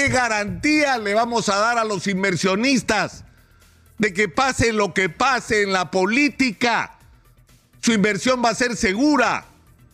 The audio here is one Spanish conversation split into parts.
¿qué garantía le vamos a dar a los inversionistas de que pase lo que pase en la política, su inversión va a ser segura?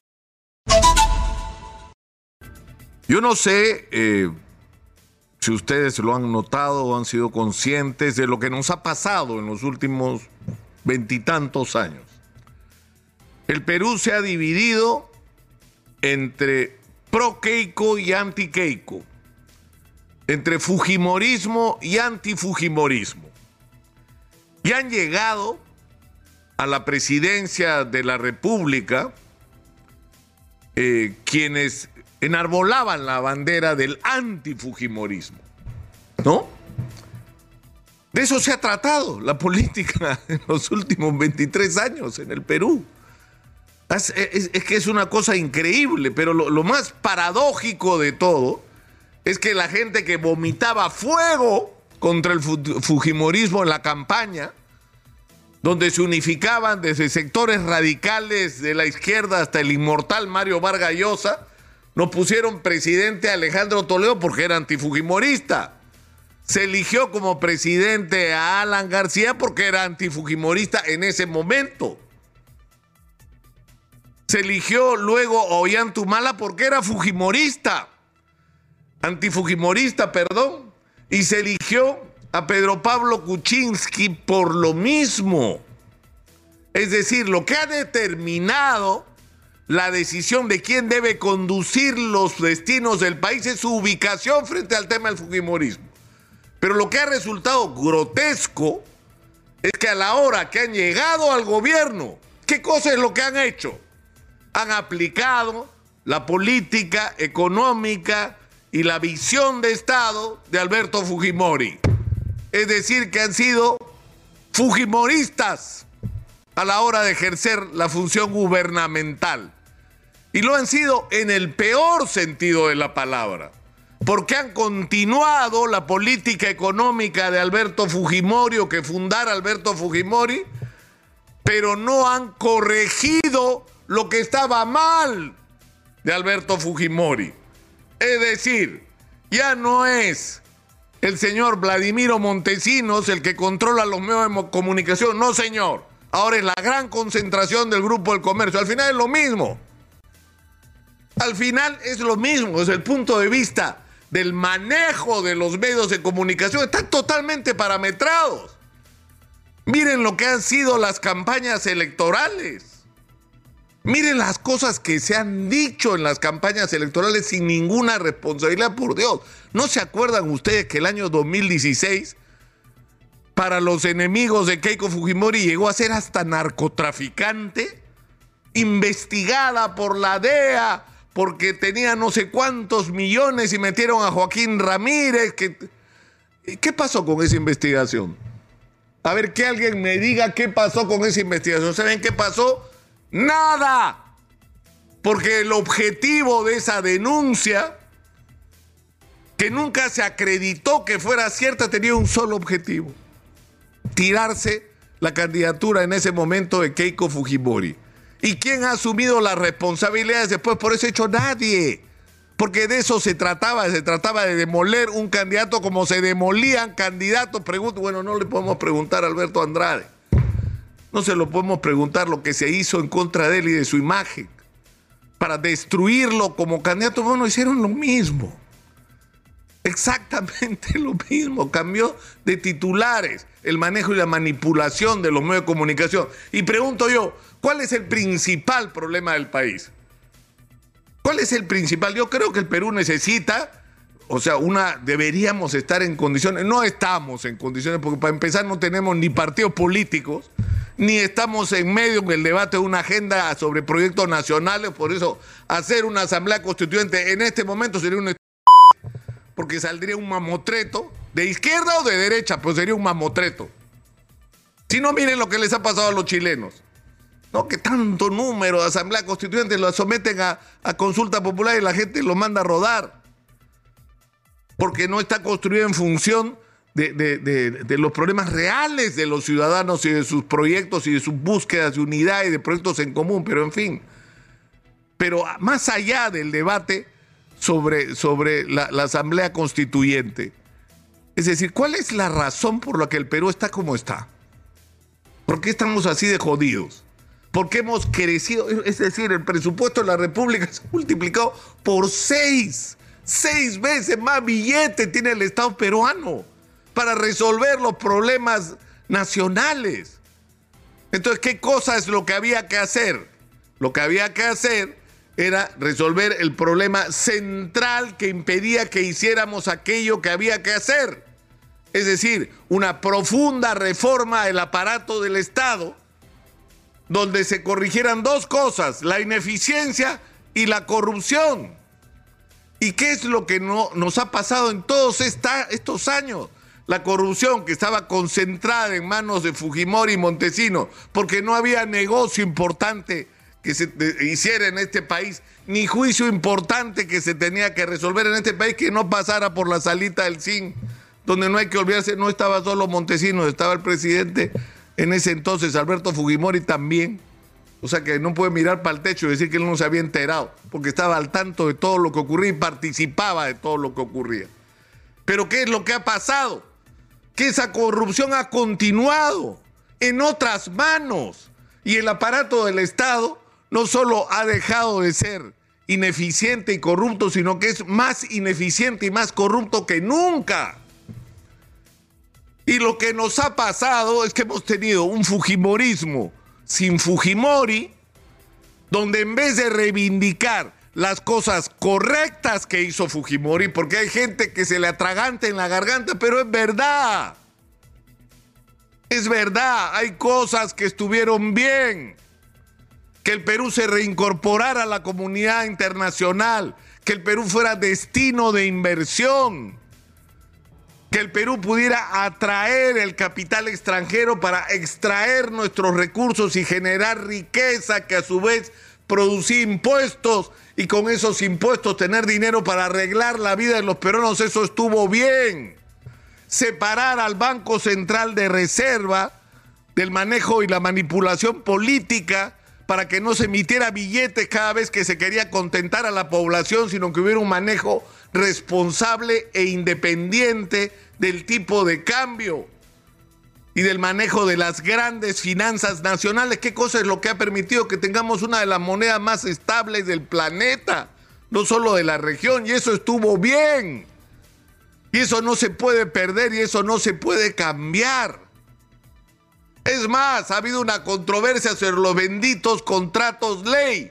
Yo no sé si ustedes lo han notado o han sido conscientes de lo que nos ha pasado en los últimos 20 y tantos años. El Perú se ha dividido entre pro-Keiko y anti-Keiko, entre fujimorismo y anti-fujimorismo. Y han llegado a la presidencia de la República quienes enarbolaban la bandera del antifujimorismo, ¿no? De eso se ha tratado la política en los últimos 23 años en el Perú. Es que es una cosa increíble, pero lo más paradójico de todo es que la gente que vomitaba fuego contra el fujimorismo en la campaña, donde se unificaban desde sectores radicales de la izquierda hasta el inmortal Mario Vargas Llosa, nos pusieron presidente a Alejandro Toledo porque era antifujimorista. Se eligió como presidente a Alan García porque era antifujimorista en ese momento. Se eligió luego a Ollantumala porque era fujimorista, antifujimorista, perdón. Y se eligió a Pedro Pablo Kuczynski por lo mismo. Es decir, lo que ha determinado la decisión de quién debe conducir los destinos del país es su ubicación frente al tema del fujimorismo. Pero lo que ha resultado grotesco es que a la hora que han llegado al gobierno, ¿qué cosa es lo que han hecho? Han aplicado la política económica y la visión de Estado de Alberto Fujimori. Es decir, que han sido fujimoristas a la hora de ejercer la función gubernamental. Y lo han sido en el peor sentido de la palabra, porque han continuado la política económica de Alberto Fujimori o que fundara Alberto Fujimori, pero no han corregido lo que estaba mal de Alberto Fujimori. Es decir, ya no es el señor Vladimiro Montesinos el que controla los medios de comunicación. No, señor. Ahora es la gran concentración del Grupo del Comercio. Al final es lo mismo. Al final es lo mismo. Desde el punto de vista del manejo de los medios de comunicación, están totalmente parametrados. Miren lo que han sido las campañas electorales. Miren las cosas que se han dicho en las campañas electorales sin ninguna responsabilidad, por Dios. ¿No se acuerdan ustedes que el año 2016, para los enemigos de Keiko Fujimori, llegó a ser hasta narcotraficante, investigada por la DEA, porque tenía no sé cuántos millones y metieron a Joaquín Ramírez? ¿Qué pasó con esa investigación? A ver, que alguien me diga qué pasó con esa investigación. ¿Saben qué pasó? Nada, porque el objetivo de esa denuncia, que nunca se acreditó que fuera cierta, tenía un solo objetivo: tirarse la candidatura en ese momento de Keiko Fujimori. ¿Y quién ha asumido las responsabilidades después por ese hecho? Nadie, porque de eso se trataba de demoler un candidato como se demolían candidatos. Bueno, no le podemos preguntar a Alberto Andrade. No se lo podemos preguntar lo que se hizo en contra de él y de su imagen para destruirlo como candidato. Bueno, hicieron lo mismo. Exactamente lo mismo. Cambió de titulares el manejo y la manipulación de los medios de comunicación. Y pregunto yo, ¿cuál es el principal problema del país? ¿Cuál es el principal? Yo creo que el Perú necesita, deberíamos estar en condiciones. No estamos en condiciones porque, para empezar, no tenemos ni partidos políticos, ni estamos en medio del debate de una agenda sobre proyectos nacionales. Por eso, hacer una asamblea constituyente en este momento sería porque saldría un mamotreto, de izquierda o de derecha, pero sería un mamotreto. Si no, miren lo que les ha pasado a los chilenos. No, que tanto número de asamblea constituyente lo someten a consulta popular y la gente lo manda a rodar, porque no está construido en función de los problemas reales de los ciudadanos y de sus proyectos y de sus búsquedas de unidad y de proyectos en común. Pero en fin, pero más allá del debate, sobre la Asamblea Constituyente. Es decir, ¿cuál es la razón por la que el Perú está como está? ¿Por qué estamos así de jodidos? ¿Por qué hemos crecido? Es decir, el presupuesto de la República se ha multiplicado por 6. 6 veces más billete tiene el Estado peruano para resolver los problemas nacionales. Entonces, ¿qué cosa es lo que había que hacer? Lo que había que hacer era resolver el problema central que impedía que hiciéramos aquello que había que hacer. Es decir, una profunda reforma del aparato del Estado, donde se corrigieran 2 cosas, la ineficiencia y la corrupción. ¿Y qué es lo que nos ha pasado en todos estos años? La corrupción que estaba concentrada en manos de Fujimori y Montesinos, porque no había negocio importante que se hiciera en este país, ni juicio importante que se tenía que resolver en este país que no pasara por la salita del CIN, donde no hay que olvidarse, no estaba solo Montesinos, estaba el presidente en ese entonces, Alberto Fujimori también. O sea que no puede mirar para el techo y decir que él no se había enterado, porque estaba al tanto de todo lo que ocurría y participaba de todo lo que ocurría. Pero ¿qué es lo que ha pasado? Que esa corrupción ha continuado en otras manos y el aparato del Estado no solo ha dejado de ser ineficiente y corrupto, sino que es más ineficiente y más corrupto que nunca. Y lo que nos ha pasado es que hemos tenido un fujimorismo sin Fujimori, donde en vez de reivindicar las cosas correctas que hizo Fujimori, porque hay gente que se le atraganta en la garganta, pero es verdad. Es verdad, hay cosas que estuvieron bien. Que el Perú se reincorporara a la comunidad internacional, que el Perú fuera destino de inversión, que el Perú pudiera atraer el capital extranjero para extraer nuestros recursos y generar riqueza que a su vez producía impuestos y con esos impuestos tener dinero para arreglar la vida de los peruanos. Eso estuvo bien. Separar al Banco Central de Reserva del manejo y la manipulación política para que no se emitiera billetes cada vez que se quería contentar a la población, sino que hubiera un manejo responsable e independiente del tipo de cambio y del manejo de las grandes finanzas nacionales. ¿Qué cosa es lo que ha permitido que tengamos una de las monedas más estables del planeta, no solo de la región? Y eso estuvo bien. Y eso no se puede perder y eso no se puede cambiar. Es más, ha habido una controversia sobre los benditos contratos ley,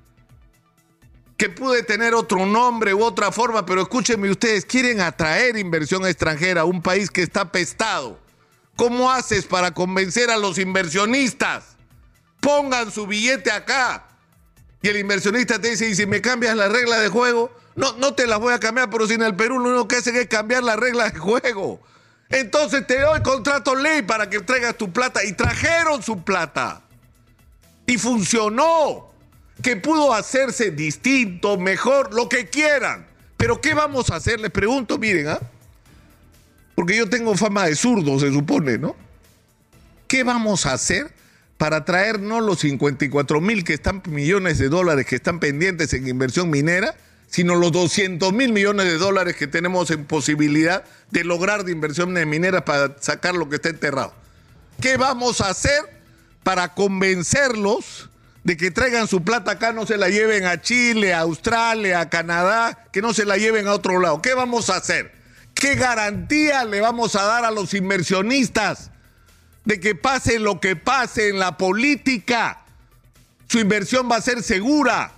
que puede tener otro nombre u otra forma, pero escúchenme ustedes, quieren atraer inversión extranjera a un país que está apestado. ¿Cómo haces para convencer a los inversionistas? Pongan su billete acá. Y el inversionista te dice, ¿y si me cambias las reglas de juego? No te las voy a cambiar, pero si en el Perú lo único que hacen es cambiar las reglas de juego. Entonces te doy contrato ley para que traigas tu plata. Y trajeron su plata. Y funcionó. Que pudo hacerse distinto, mejor, lo que quieran. Pero ¿qué vamos a hacer? Les pregunto, miren, porque yo tengo fama de zurdo, se supone, ¿no? ¿Qué vamos a hacer para traer no los 54,000 millones de dólares que están pendientes en inversión minera, sino los 200,000 millones de dólares que tenemos en posibilidad de lograr de inversión minera para sacar lo que está enterrado? ¿Qué vamos a hacer para convencerlos de que traigan su plata acá, no se la lleven a Chile, a Australia, a Canadá, que no se la lleven a otro lado? ¿Qué vamos a hacer? ¿Qué garantía le vamos a dar a los inversionistas de que pase lo que pase en la política, su inversión va a ser segura?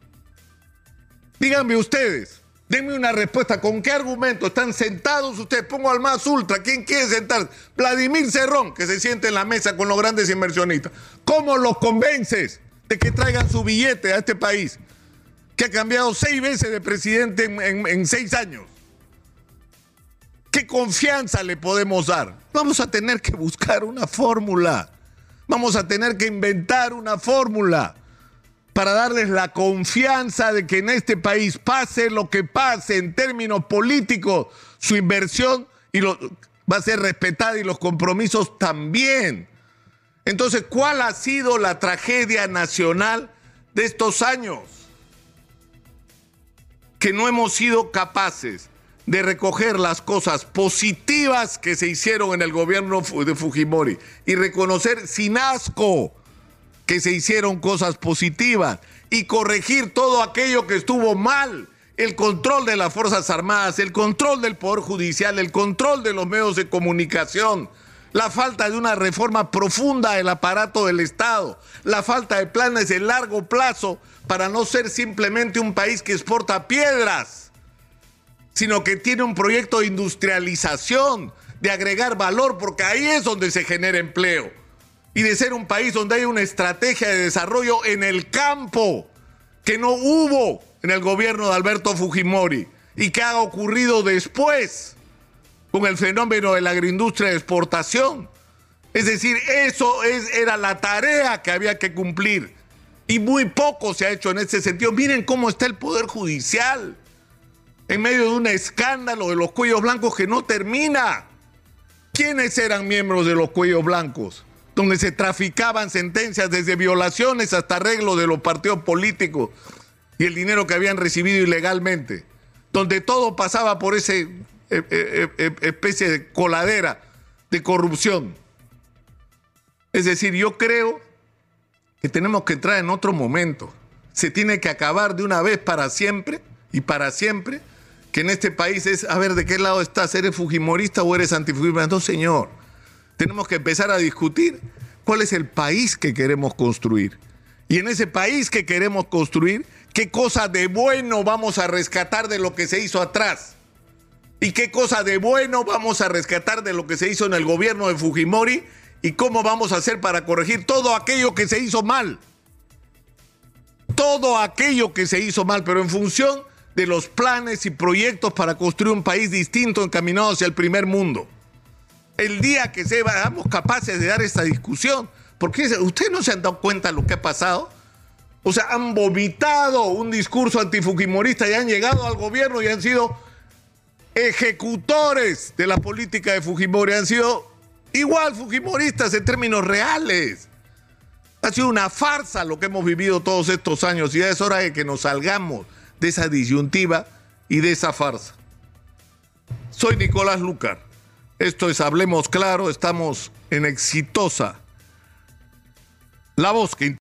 Díganme ustedes, denme una respuesta. ¿Con qué argumento están sentados ustedes? Pongo al más ultra. ¿Quién quiere sentarse? Vladimir Cerrón, que se siente en la mesa con los grandes inversionistas. ¿Cómo los convences de que traigan su billete a este país, que ha cambiado 6 veces de presidente en 6 años? ¿Qué confianza le podemos dar? Vamos a tener que buscar una fórmula. Vamos a tener que inventar una fórmula para darles la confianza de que en este país, pase lo que pase en términos políticos, su inversión va a ser respetada y los compromisos también. Entonces, ¿cuál ha sido la tragedia nacional de estos años? que no hemos sido capaces de recoger las cosas positivas que se hicieron en el gobierno de Fujimori y reconocer sin asco que se hicieron cosas positivas y corregir todo aquello que estuvo mal, el control de las Fuerzas Armadas, el control del Poder Judicial, el control de los medios de comunicación, la falta de una reforma profunda del aparato del Estado, la falta de planes de largo plazo para no ser simplemente un país que exporta piedras, sino que tiene un proyecto de industrialización, de agregar valor, porque ahí es donde se genera empleo, y de ser un país donde hay una estrategia de desarrollo en el campo, que no hubo en el gobierno de Alberto Fujimori, y que ha ocurrido después con el fenómeno de la agroindustria de exportación. Es decir, era la tarea que había que cumplir, y muy poco se ha hecho en ese sentido. Miren cómo está el Poder Judicial, en medio de un escándalo de los cuellos blancos que no termina. ¿Quiénes eran miembros de los cuellos blancos? Donde se traficaban sentencias desde violaciones hasta arreglos de los partidos políticos y el dinero que habían recibido ilegalmente. Donde todo pasaba por esa especie de coladera de corrupción. Es decir, yo creo que tenemos que entrar en otro momento. Se tiene que acabar de una vez para siempre y para siempre que en este país es, a ver, ¿de qué lado estás? ¿Eres fujimorista o eres antifujimorista? No, señor. Tenemos que empezar a discutir cuál es el país que queremos construir. Y en ese país que queremos construir, ¿qué cosa de bueno vamos a rescatar de lo que se hizo atrás? ¿Y qué cosa de bueno vamos a rescatar de lo que se hizo en el gobierno de Fujimori? ¿Y cómo vamos a hacer para corregir todo aquello que se hizo mal? Todo aquello que se hizo mal, pero en función de los planes y proyectos para construir un país distinto encaminado hacia el primer mundo. El día que seamos capaces de dar esta discusión, porque ustedes no se han dado cuenta de lo que ha pasado. O sea, han vomitado un discurso antifujimorista y han llegado al gobierno y han sido ejecutores de la política de Fujimori, han sido igual fujimoristas en términos reales. Ha sido una farsa lo que hemos vivido todos estos años y ya es hora de que nos salgamos de esa disyuntiva y de esa farsa. Soy Nicolás Lucar. Esto es Hablemos Claro. Estamos en Exitosa, la voz que